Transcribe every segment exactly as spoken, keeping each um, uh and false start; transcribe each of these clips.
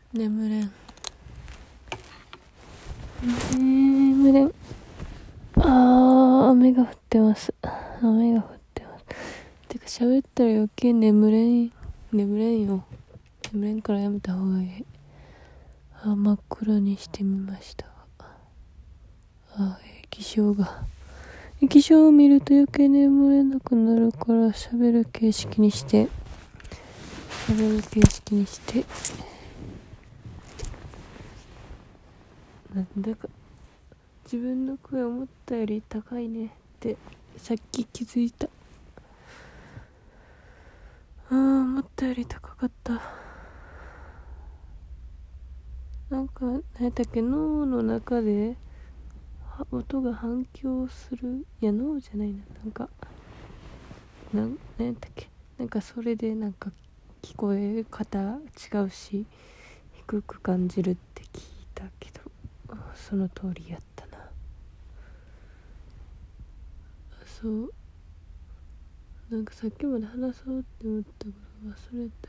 眠れん眠れんあー雨が降ってます雨が降ってますてか喋ったら余計眠れん眠れんよ眠れんからやめた方がいい。あー真っ黒にしてみました。あー液晶が液晶を見ると余計眠れなくなるから喋る形式にして喋る形式にしてなんだか自分の声思ったより高いねってさっき気づいた。あー思ったより高かった。なんか何やったっけ、脳の中で音が反響する、いや脳じゃないな、なんかなん何やったっけ、なんかそれでなんか聞こえ方違うし低く感じるって聞いたけど、その通りやったな。そうなんかさっきまで話そうって思ったこと忘れた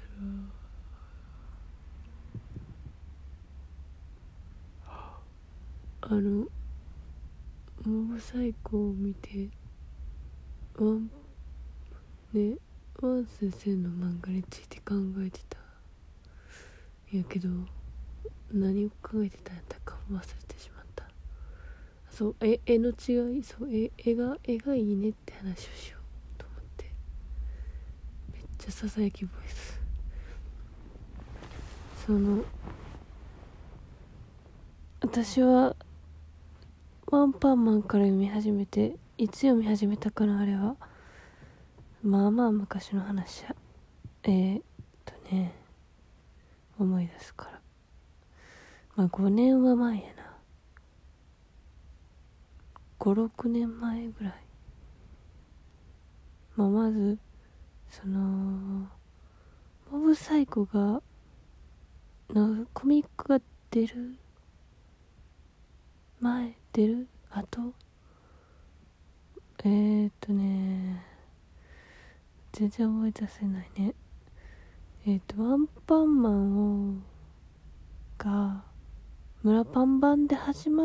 ら、あのモブサイコを見てワンねワン先生の漫画について考えてたんやけど、何を考えてたんやったか忘れてしまった。そうえ絵の違い、そう絵絵が絵がいいねって話をしようと思って、めっちゃささやきボイス。その私はワンパンマンから読み始めて、いつ読み始めたかな、あれはまあまあ昔の話や。えー、っとね思い出すから、まあごねんは前やな、ごろくねんまえぐらい。まあまずそのモブサイコがのコミックが出る前出る後えーっとね全然覚え出せないね。えーっとワンパンマンをが村パン版で始ま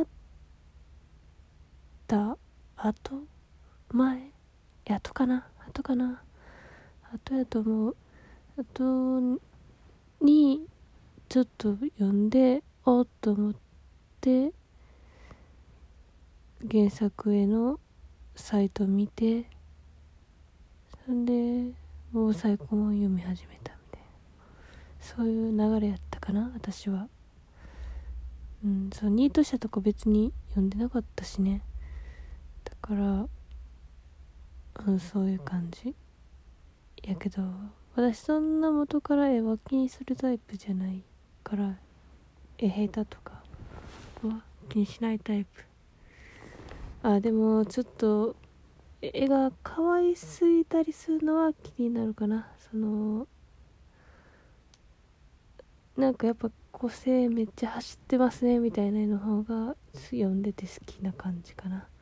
った後前や後かな後かな後やと思う。後にちょっと読んでおっと思って原作へのサイト見て、そんでもう最高を読み始めたみたいな、そういう流れやったかな私は。うんそうニート社とか別に読んでなかったしね、だからうんそういう感じやけど、私そんな元から絵は気にするタイプじゃないから、絵下手とかは気にしないタイプ。あでもちょっと絵が可愛すぎたりするのは気になるかな。そのなんかやっぱ個性めっちゃ走ってますねみたいなの方が読んでて好きな感じかな。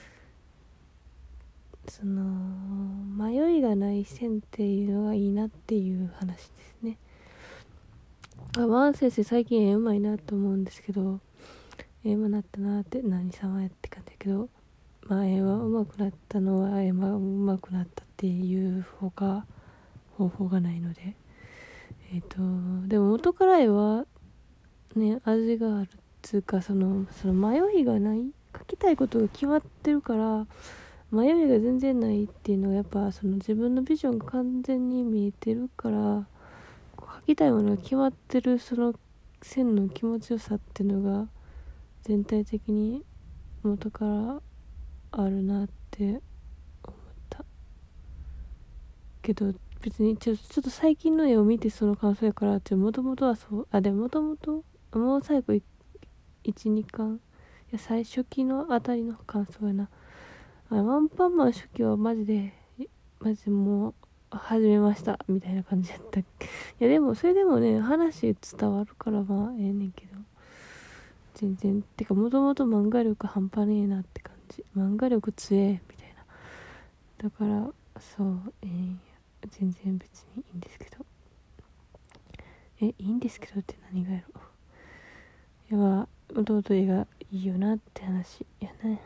その迷いがない線っていうのがいいなっていう話ですね。あワン先生最近絵うまいなと思うんですけど、絵うまなったなって、何様やって感じだけど、まあ絵はうまくなったのは絵はうまくなったっていう方が方法がないので、えっとでも元から絵はね味があるっつうか、そのその迷いがない、描きたいことが決まってるから迷いが全然ないっていうのはやっぱその自分のビジョンが完全に見えてるから、描きたいものが決まってる、その線の気持ちよさっていうのが全体的に元からあるなって思ったけど、別にちょ、ちょっと最近の絵を見てその感想やから、もともとはそう、あでももともともう最後いち、にかん、いや最初期のあたりの感想やな。あワンパンマン初期はマジでマジでもう始めましたみたいな感じだったいやでもそれでもね話伝わるからまあええねんけど、全然てかもともと漫画力半端ねえなって感じ、漫画力強えみたいな。だからそうええー、全然別にいいんですけど、 えいいんですけどって何がやろう。いやまあ弟がいいよなって話やね。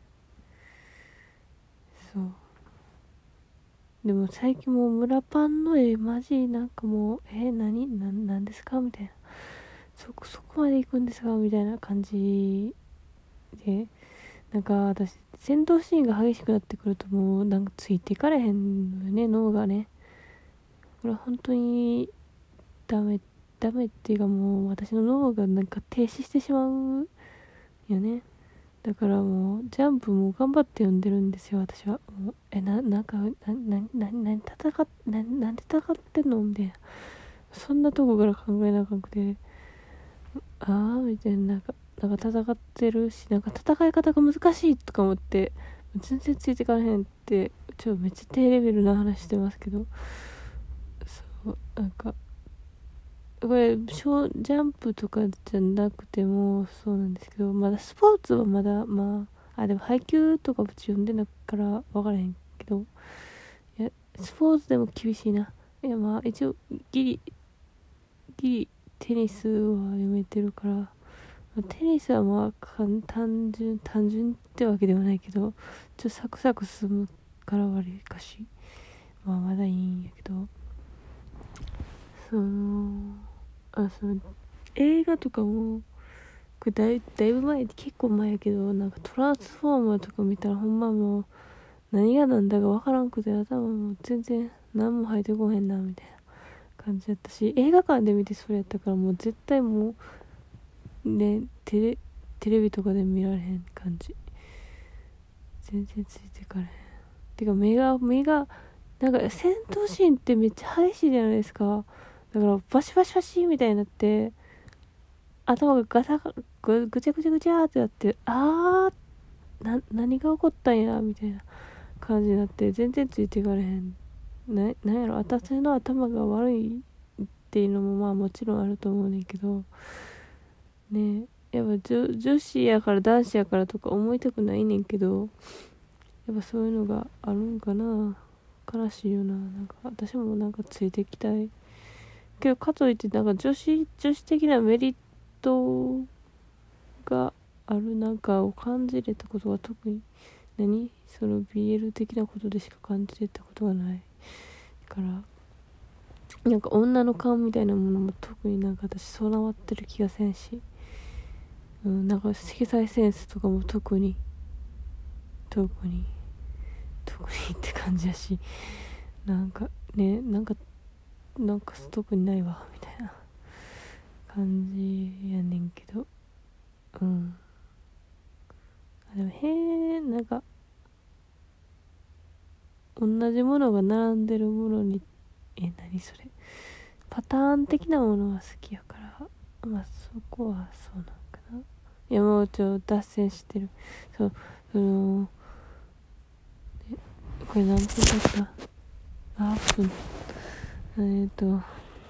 そうでも最近もう村パンの絵マジなんかもうえ何ななんですかみたいな、そこそこまで行くんですかみたいな感じで、なんか私戦闘シーンが激しくなってくるともうなんかついていかれへんのよね、脳がね。これは本当にダメダメっていうか、もう私の脳がなんか停止してしまうよね。だからもうジャンプも頑張って読んでるんですよ私は。もうえななんかなななな戦っななんで戦ってんのみたいな、そんなとこから考えなあかんくて、ああみたいな、なんかなんか戦ってるし、なんか戦い方が難しいとか思って全然ついてかれへんって、ちょっとめっちゃ低レベルな話してますけど、そうなんかこれショージャンプとかじゃなくてもそうなんですけど、まだスポーツはまだまああでも配球とかうち読んでないから分からへんけど、いやスポーツでも厳しいな。いやまあ一応ギリギリテニスは読めてるから、テニスはまあ単純単純ってわけではないけど、ちょっとサクサク進むからわりかしまあまだいいんやけど、そのあその映画とかもこれだいだいぶ前、結構前やけど、なんかトランスフォーマーとか見たらほんまもう何がなんだかわからんくて、頭も全然何も入ってこへんなみたいな感じだったし、映画館で見てそれやったからもう絶対もうねテレテレビとかで見られへん感じ、全然ついてかれへん。てか目が目がなんか戦闘シーンってめっちゃ激しいじゃないですか。だからバシバシバシみたいになって頭がガサガぐぐちゃぐちゃぐちゃってなって、あーな何が起こったんやみたいな感じになって全然ついていかれへん。ななんやろ、私の頭が悪いっていうのもまあもちろんあると思うねんけどね、やっぱ女女子やから男子やからとか思いたくないねんけど、やっぱそういうのがあるんかな。悲しいよな。なんか私もなんかついていきたいけど、かといってなんか女子女子的なメリットがあるなんかを感じれたことは特に何その ビーエル 的なことでしか感じれたことがないから、なんか女の顔みたいなものも特になんか私備わってる気がせんし、うん、なんか色彩センスとかも特に特に特にって感じやし、なんかねなんかなんか特にないわみたいな感じやねんけど、うんでもへえ、なんか同じものが並んでるものに、え何それ、パターン的なものが好きやから、まあそこはそうなんかな。いやもうちょっと脱線してる。そうそのえこれ何分だったあー分えっ、ー、と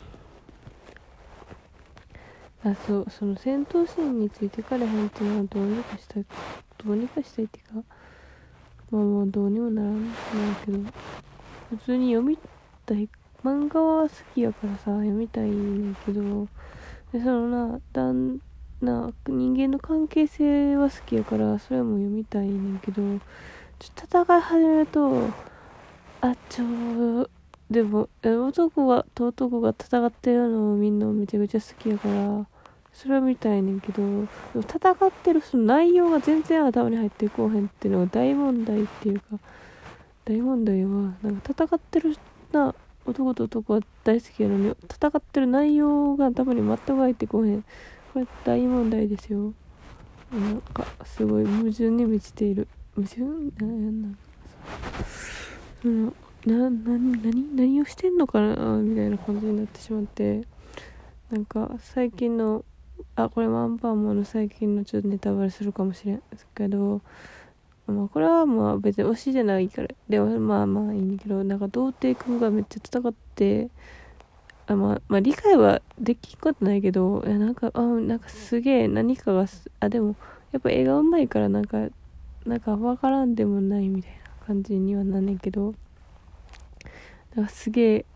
あそうその戦闘シーンについてかれへんっていうのはどうにかしたいどうにかしたいっていうか、まあもうどうにもならんないけど、普通に読みたい漫画は好きやからさ読みたいねんけど、でそのなだんな人間の関係性は好きやからそれも読みたいねんけど、ちょっと戦い始めるとあちょでも男はと男が戦ってるのを見んのめちゃくちゃ好きやからそれは見たいねんけど、でも戦ってるその内容が全然頭に入ってこうへんっていうのが大問題っていうか、大問題はなんか戦ってるな男と男は大好きやのに戦ってる内容が頭に全く入ってこへん、これ大問題ですよ。なんかすごい矛盾に満ちている、矛盾ななんかそのなな何何をしてんのかなみたいな感じになってしまって、なんか最近のあこれワンパンマンの最近のちょっとネタバレするかもしれんけど、まあこれはまあ別に推しじゃないからでもまあまあいいんだけど、なんか童貞くんがめっちゃ戦ってあ、まあ、まあ理解はできんことないけど、いやなんかあなんかすげえ何かがあでもやっぱ映画うまいからなんかなんか分からんでもないみたいな感じにはなんねんけど、なんかすげえ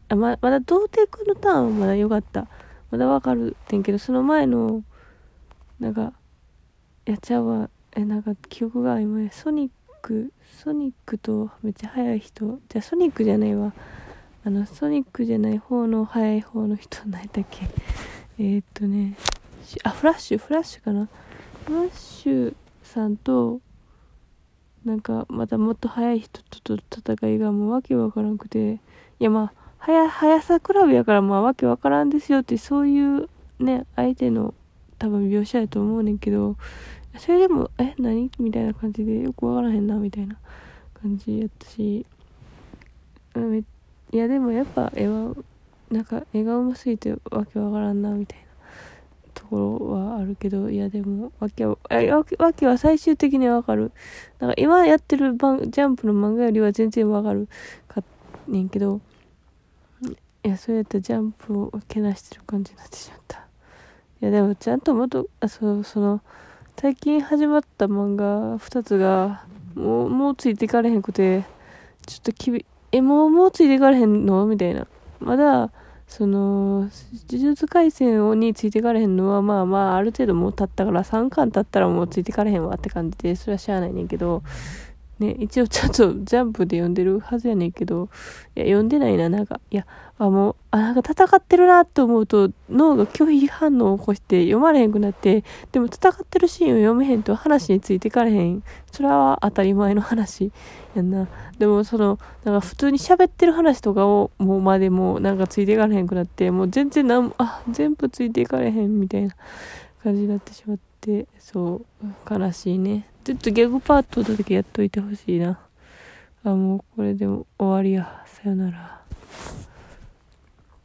あ、ままだ童貞くんのターンはまだ良かった、まだわかるってんけど、その前のなんかやっちゃうわ、えなんか記憶が今ソニックソニックとめっちゃ速い人、じゃあソニックじゃないわ、あのソニックじゃない方の速い方の人何だっけ、えー、っとねあフラッシュフラッシュかな、フラッシュさんとなんかまたもっと速い人と戦いがもうわけわからんくて、いやまあ速速さ比べやからまあわけわからんですよって、そういうね相手の多分描写やと思うねんけど、それでもえ何みたいな感じでよくわからへんなみたいな感じやったし、めいやでもやっぱ絵はなんか絵がうますぎてわけわからんなみたいなところはあるけど、いやでもわけはわけわけは最終的にわかる、なんか今やってるバンジャンプの漫画よりは全然わかるかねんけど、いやそうやったらジャンプをけなしてる感じになってしまった。いやでもちゃんともっとあそうその最近始まった漫画ふたつがもうもうついていかれへんくて、ちょっときびえもうもうついていかれへんのみたいな、まだその呪術廻戦についていかれへんのはまあまあある程度もう経ったからさんかん経ったらもうついていかれへんわって感じで、それはしゃあないねんけどね、一応ちゃんとジャンプで読んでるはずやねんけど、いや読んでないな、なんかいやあもうあなんか戦ってるなって思うと脳が拒否反応を起こして読まれへんくなって、でも戦ってるシーンを読めへんと話についていかれへん、それは当たり前の話やんな。でもそのなんか普通に喋ってる話とかをもうまでもなんかついていかれへんくなって、もう全然なんあ全部ついていかれへんみたいな感じになってしまって、そう悲しいね。ちょっとギャグパートだけやっといてほしいな。あもうこれでも終わりや、さよなら。